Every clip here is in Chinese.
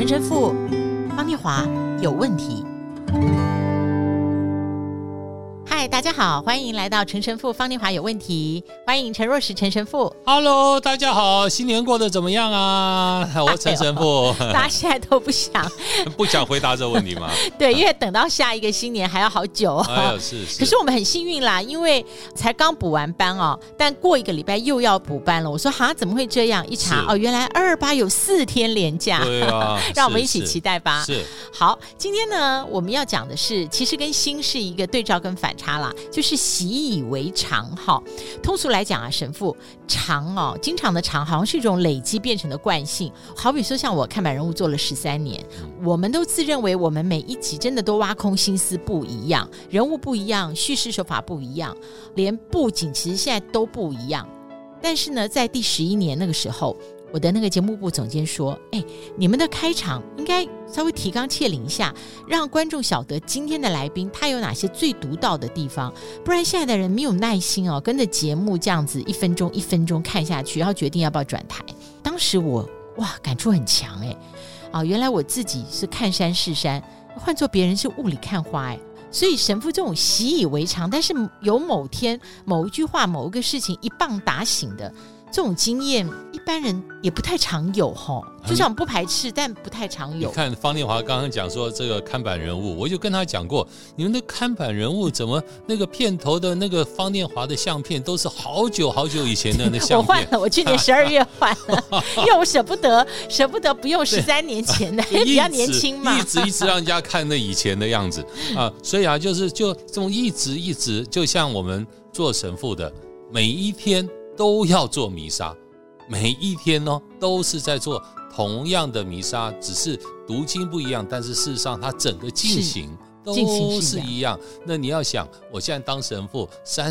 陈神父方念华有问题。嗨，大家好，欢迎来到陈神父方念华有问题，欢迎陈若石陈神父。 Hello， 大家好，新年过得怎么样啊？我陈神父。 大家现在都不想回答这个问题吗？ 对，因为等到下一个新年还要好久是。 可是我们很幸运啦，因为才刚补完班哦，但过一个礼拜又要补班了。我说哈，怎么会这样？一查原来228有4天连假。 对啊， 让我们一起期待吧。 是。 好，今天呢，我们要讲的是，其实跟心是一个对照跟反差啦，就是习以为常哈。通俗来讲啊，神父，常经常的常好像是一种累积变成的惯性。好比说像我看板人物做了13年，我们都自认为我们每一集真的都挖空心思不一样，人物不一样，叙事手法不一样，连布景其实现在都不一样。但是呢，在第11年那个时候，我的那个节目部总监说，你们的开场应该稍微提纲挈领一下，让观众晓得今天的来宾他有哪些最独到的地方，不然现在的人没有耐心跟着节目这样子1分钟1分钟看下去，然后决定要不要转台。当时我感触很强原来我自己是看山是山，换做别人是雾里看花所以神父这种习以为常，但是有某天某一句话某一个事情一棒打醒的这种经验，一般人也不太常有就像我们不排斥，但不太常有。 你看方念华刚刚讲说这个看板人物，我就跟他讲过，你们的看板人物怎么那个片头的那个方念华的相片都是好久好久以前的那相片。 我换了，我去年12月换了，因为我舍不得不用13年前的，比较年轻嘛。 一直让人家看那以前的样子所以就这种一直，就像我们做神父的，每一天都要做弥撒，每一天都是在做同样的弥撒，只是读经不一样，但是事实上它整个进行都是一样。那你要想，我现在当神父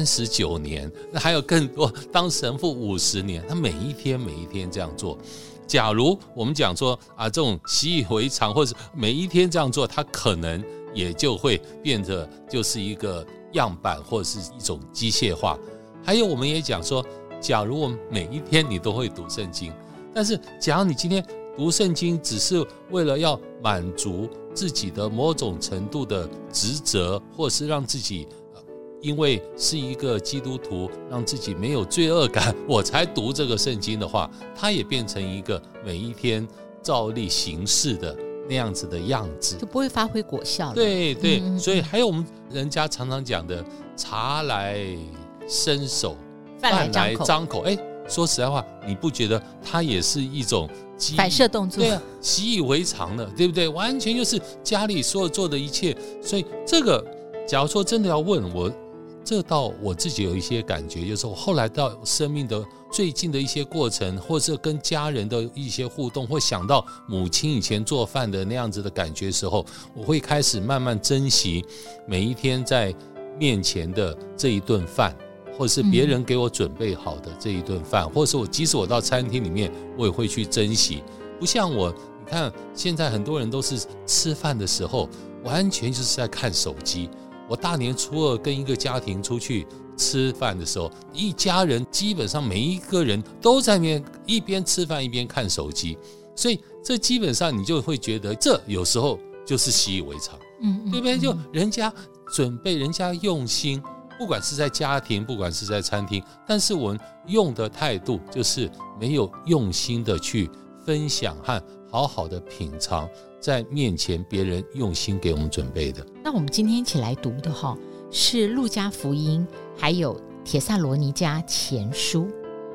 39年，那还有更多当神父50年，他每一天这样做。假如我们讲说这种习以为常，或者每一天这样做，它可能也就会变得就是一个样板，或者是一种机械化。还有我们也讲说，假如我们每一天你都会读圣经，但是假如你今天读圣经只是为了要满足自己的某种程度的职责，或是让自己因为是一个基督徒让自己没有罪恶感我才读这个圣经的话，它也变成一个每一天照例行事的那样子的样子， 就不会发挥果效了。 对所以还有我们人家常常讲的茶来伸手饭来张口，说实在话，你不觉得它也是一种反射动作？ 对啊，习以为常的，对不对？完全就是家里所有做的一切。所以这个假如说真的要问我，这到我自己有一些感觉，就是我后来到生命的最近的一些过程，或者跟家人的一些互动，或想到母亲以前做饭的那样子的感觉的时候，我会开始慢慢珍惜每一天在面前的这一顿饭，或是别人给我准备好的这一顿饭，或是即使我到餐厅里面，我也会去珍惜。不像你看现在很多人都是吃饭的时候完全就是在看手机。我大年初2跟一个家庭出去吃饭的时候，一家人基本上每一个人都在那边一边吃饭一边看手机，所以这基本上你就会觉得这有时候就是习以为常，对不对？就人家准备，人家用心，不管是在家庭不管是在餐厅，但是我们用的态度就是没有用心的去分享和好好的品尝在面前别人用心给我们准备的。 那我们今天一起来读的是路加福音还有帖撒罗尼迦前书。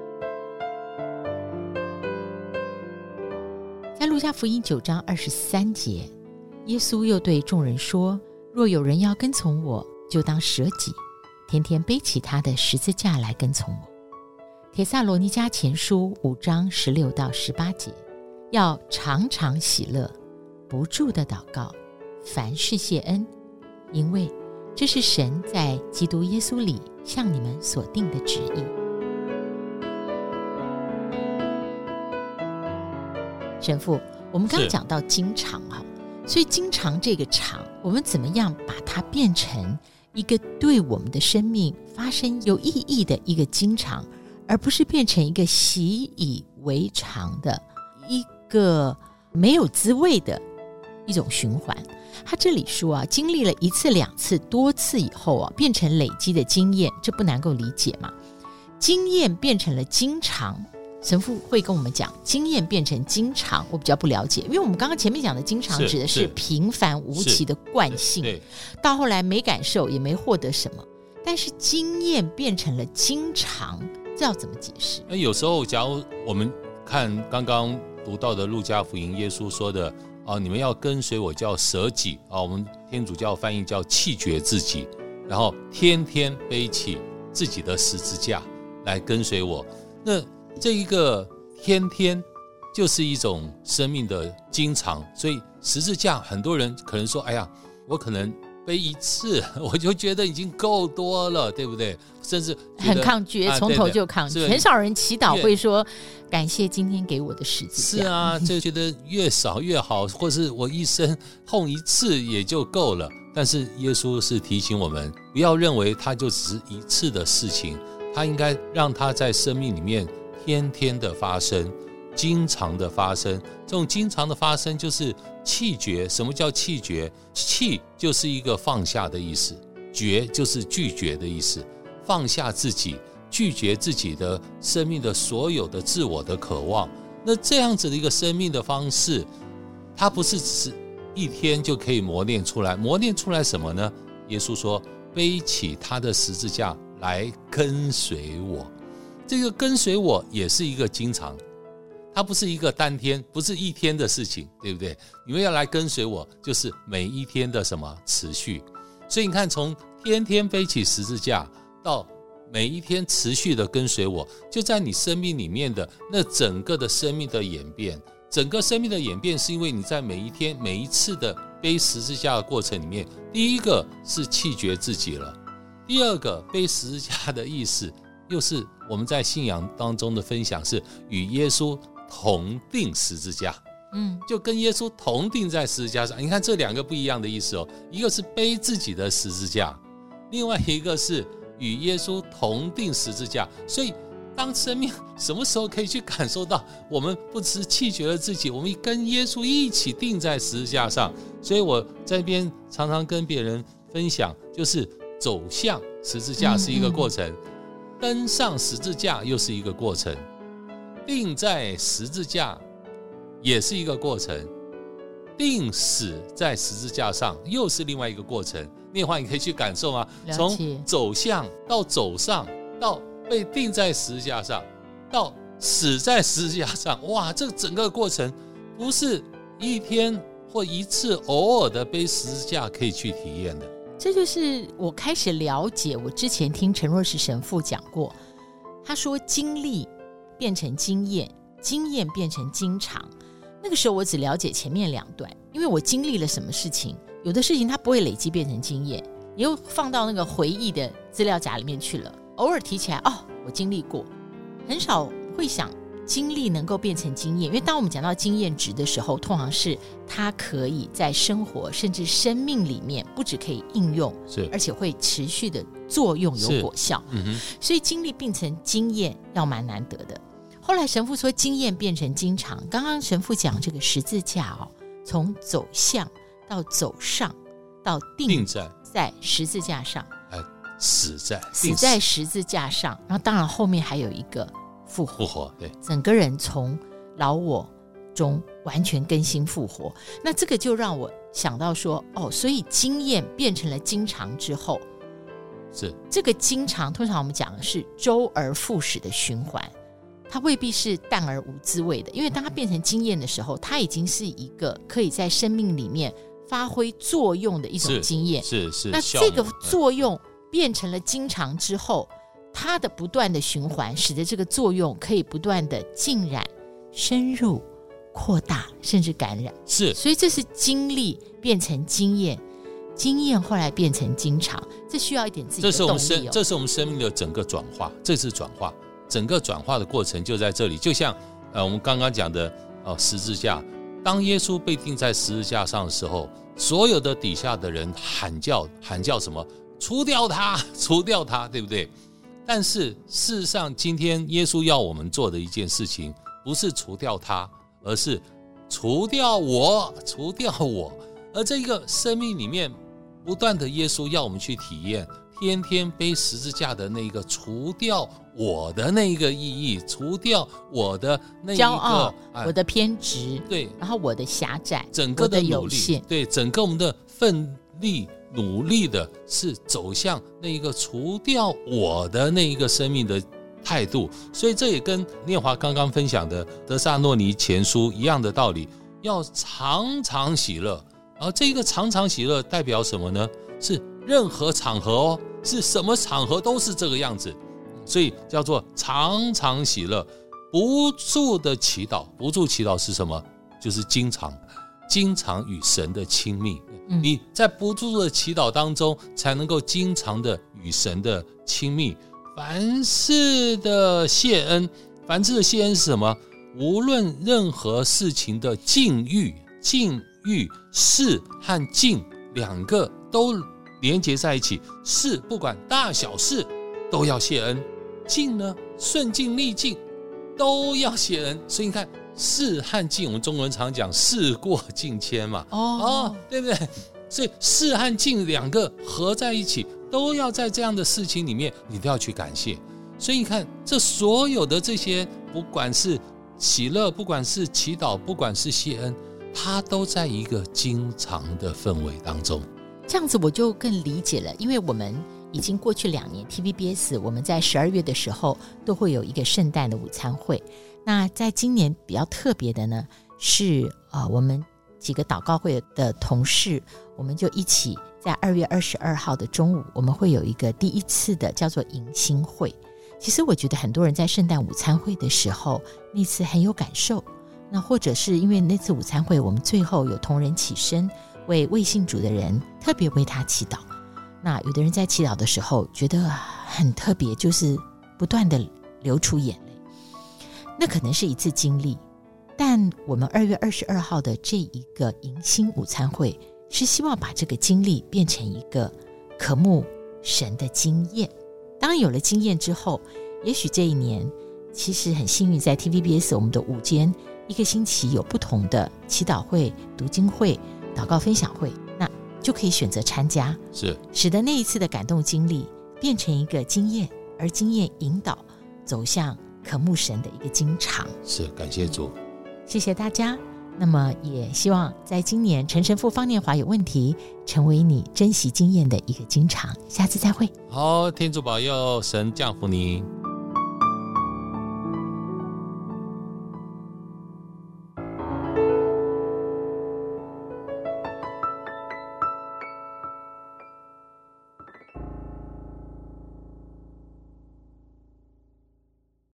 在路加福音9章23节，耶稣又对众人说，若有人要跟从我，就当舍己，天天背起他的十字架来跟从我。帖撒罗尼迦前书5章16到18节，要常常喜乐，不住的祷告，凡事谢恩，因为这是神在基督耶稣里向你们所定的旨意。神父，我们刚刚讲到经常所以经常这个常，我们怎么样把它变成一个对我们的生命发生有意义的一个经常，而不是变成一个习以为常的一个没有滋味的一种循环。他这里说啊，经历了1次2次多次以后啊，变成累积的经验，这不难够理解嘛？经验变成了经常，神父会跟我们讲，经验变成经常，我比较不了解，因为我们刚刚前面讲的经常指的是平凡无奇的惯性，到后来没感受也没获得什么，但是经验变成了经常，这要怎么解释？ 有时候假如我们看刚刚读到的路加福音，耶稣说的你们要跟随我，叫舍己我们天主教翻译叫弃绝自己，然后天天背起自己的十字架来跟随我。那这一个天天就是一种生命的经常，所以十字架很多人可能说，哎呀，我可能背1次我就觉得已经够多了，对不对？甚至很抗拒，从头就抗拒。很少人祈祷会说感谢今天给我的十字架。 是啊，就觉得越少越好，或是我一生碰1次也就够了。但是耶稣是提醒我们，不要认为它就只是1次的事情，它应该让它在生命里面天天的发生，经常的发生。这种经常的发生就是弃绝。什么叫弃绝？弃就是一个放下的意思，绝就是拒绝的意思，放下自己，拒绝自己的生命的所有的自我的渴望。那这样子的一个生命的方式，它不是只是1天就可以磨练出来。磨练出来什么呢？耶稣说，背起他的十字架来跟随我。这个跟随我也是一个经常，它不是一个单天，不是1天的事情，对不对？你们要来跟随我，就是每1天的什么持续。所以你看，从天天背起十字架到每1天持续的跟随我，就在你生命里面的那整个的生命的演变。整个生命的演变是因为你在每1天每1次的背十字架的过程里面，第一个是弃绝自己了，第二个背十字架的意思又是我们在信仰当中的分享，是与耶稣同定十字架，就跟耶稣同定在十字架上。你看这2个不一样的意思哦，一个是背自己的十字架，另外一个是与耶稣同定十字架。所以当生命什么时候可以去感受到我们不只是弃绝了自己，我们跟耶稣一起定在十字架上。所以我在这边常常跟别人分享，就是走向十字架是一个过程，登上十字架又是一个过程，定在十字架也是一个过程，定死在十字架上又是另外一个过程。念华，你可以去感受吗？从走向到走上，到被定在十字架上，到死在十字架上，哇，这整个过程不是1天或1次偶尔的背十字架可以去体验的。 这就是我开始了解，我之前听陈若石神父讲过，他说经历变成经验，经验变成经常。那个时候我只了解前面2段，因为我经历了什么事情，有的事情它不会累积变成经验，你又放到那个回忆的资料夹里面去了，偶尔提起来，我经历过，很少会想经历能够变成经验。因为当我们讲到经验值的时候，通常是它可以在生活甚至生命里面不只可以应用，而且会持续的作用有果效，所以经历变成经验要蛮难得的。后来神父说经验变成经常，刚刚神父讲这个十字架从走向到走上到定在十字架上， 死在十字架上，然后当然后面还有一个复活， 对， 整个人从老我中完全更新复活。那这个就让我想到说，所以经验变成了经常之后， 是这个经常通常我们讲的是周而复始的循环，它未必是淡而无滋味的，因为当它变成经验的时候，它已经是一个可以在生命里面发挥作用的一种经验。 是那这个作用变成了经常之后，它的不断的循环使得这个作用可以不断的浸染、深入、扩大甚至感染。所以这是经历变成经验，经验后来变成经常，这需要一点自己的动力这是我们生命的整个转化，这是转化，整个转化的过程就在这里。就像我们刚刚讲的十字架，当耶稣被钉在十字架上的时候，所有的底下的人喊叫什么？除掉他，除掉他，对不对？但是事实上今天耶稣要我们做的一件事情，不是除掉他，而是除掉我。而这个生命里面不断的耶稣要我们去体验，天天背十字架的那个除掉我的那一个意义，除掉我的那一个骄傲，我的偏执， 对， 然后我的狭窄， 整个的有限， 对，整个我们的奋力努力的是走向那一个除掉我的那一个生命的态度。所以这也跟念华刚刚分享的德萨诺尼前书一样的道理，要常常喜乐。而这个常常喜乐代表什么呢？是任何场合哦，是什么场合都是这个样子，所以叫做常常喜乐。不住的祈祷，不住祈祷是什么？就是经常与神的亲密。你在不住的祈祷当中，才能够经常的与神的亲密。凡事的谢恩，凡事的谢恩是什么？无论任何事情的境遇，事和境两个都连结在一起。事不管大小事都要谢恩，境呢，顺境逆境都要谢恩。所以你看，事和境，我们中国人常讲事过境迁嘛，对不对？所以事和境两个合在一起，都要在这样的事情里面，你都要去感谢。所以你看，这所有的这些，不管是喜乐，不管是祈祷，不管是谢恩，它都在一个经常的氛围当中。 这样子我就更理解了，因为我们已经过去2年 TVBS 我们在12月的时候都会有一个圣诞的午餐会。那在今年比较特别的呢，是我们几个祷告会的同事，我们就一起在2月22号的中午，我们会有一个第一次的叫做迎新会。其实我觉得很多人在圣诞午餐会的时候那次很有感受，那或者是因为那次午餐会我们最后有同仁起身为未信主的人特别为他祈祷。那有的人在祈祷的时候觉得很特别，就是不断的流出眼泪，那可能是一次经历。但我们2月22号的这一个迎新午餐会是希望把这个经历变成一个渴慕神的经验。当然有了经验之后，也许这一年其实很幸运，在 TVBS 我们的午间一个星期有不同的祈祷会、读经会、祷告分享会，那就可以选择参加，使得那一次的感动经历变成一个经验，而经验引导走向渴慕神的一个经常。 是，感谢主， 谢谢大家。那么也希望在今年陈神父方念华有问题成为你珍惜经验的一个经常。下次再会。 好，天主保佑，神降福你。